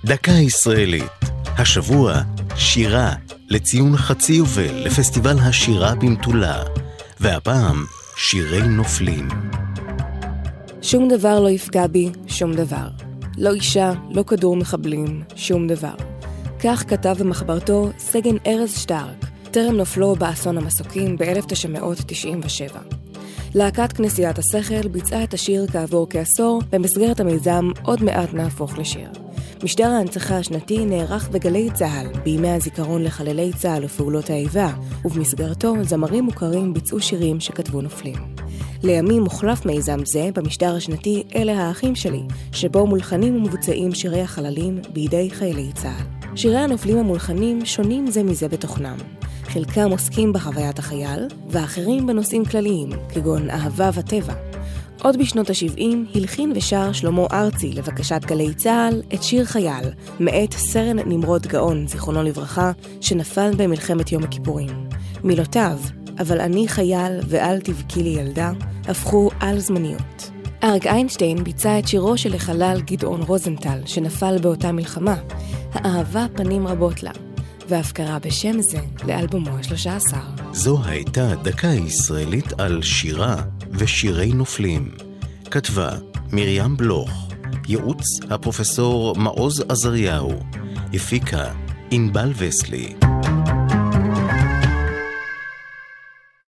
דקה ישראלית. השבוע שירה לציון חצי יובל לפסטיבל השירה במטולה, והפעם שירי נופלים. שום דבר לא יפגע בי, שום דבר. לא אישה, לא כדור מחבלים, שום דבר. כך כתב במחברתו סגן ארז שטרק, טרם נופלו באסון המסוקים ב-1997. להקת כנסיית השכל ביצעה את השיר כעבור כעשור במסגרת המיזם עוד מעט נהפוך לשיר. משדר ההנצחה השנתי נערך בגלי צהל בימי הזיכרון לחללי צהל ופעולות האיבה, ובמסגרתו זמרים מוכרים ביצעו שירים שכתבו נופלים. לימים מוחלף מיזם זה במשדר השנתי אלה האחים שלי, שבו מולחנים ומבוצעים שירי החללים בידי חיילי צהל. שירי הנופלים המולחנים שונים זה מזה בתוכנם. חלקם עוסקים בחוויית החייל, ואחרים בנושאים כלליים, כגון אהבה וטבע. עוד בשנות ה-70 הלחין ושר שלמה ארצי לבקשת גלי צהל את שיר חייל, מאת סרן נמרוד גאון, זיכרונו לברכה, שנפל במלחמת יום הכיפורים. מילותיו, אבל אני חייל ואל תבכי לי ילדה, הפכו על זמניות. אריק איינשטיין ביצע את שירו של החלל גדעון רוזנטל, שנפל באותה מלחמה. האהבה פנים רבות לה. והפקרה בשם זה לאלבומו ה-13. זו הייתה דקה ישראלית על שירה ושירי נופלים. כתבה מרים בלוך, ייעוץ הפרופסור מעוז עזריהו, הפיקה ענבל וסלי.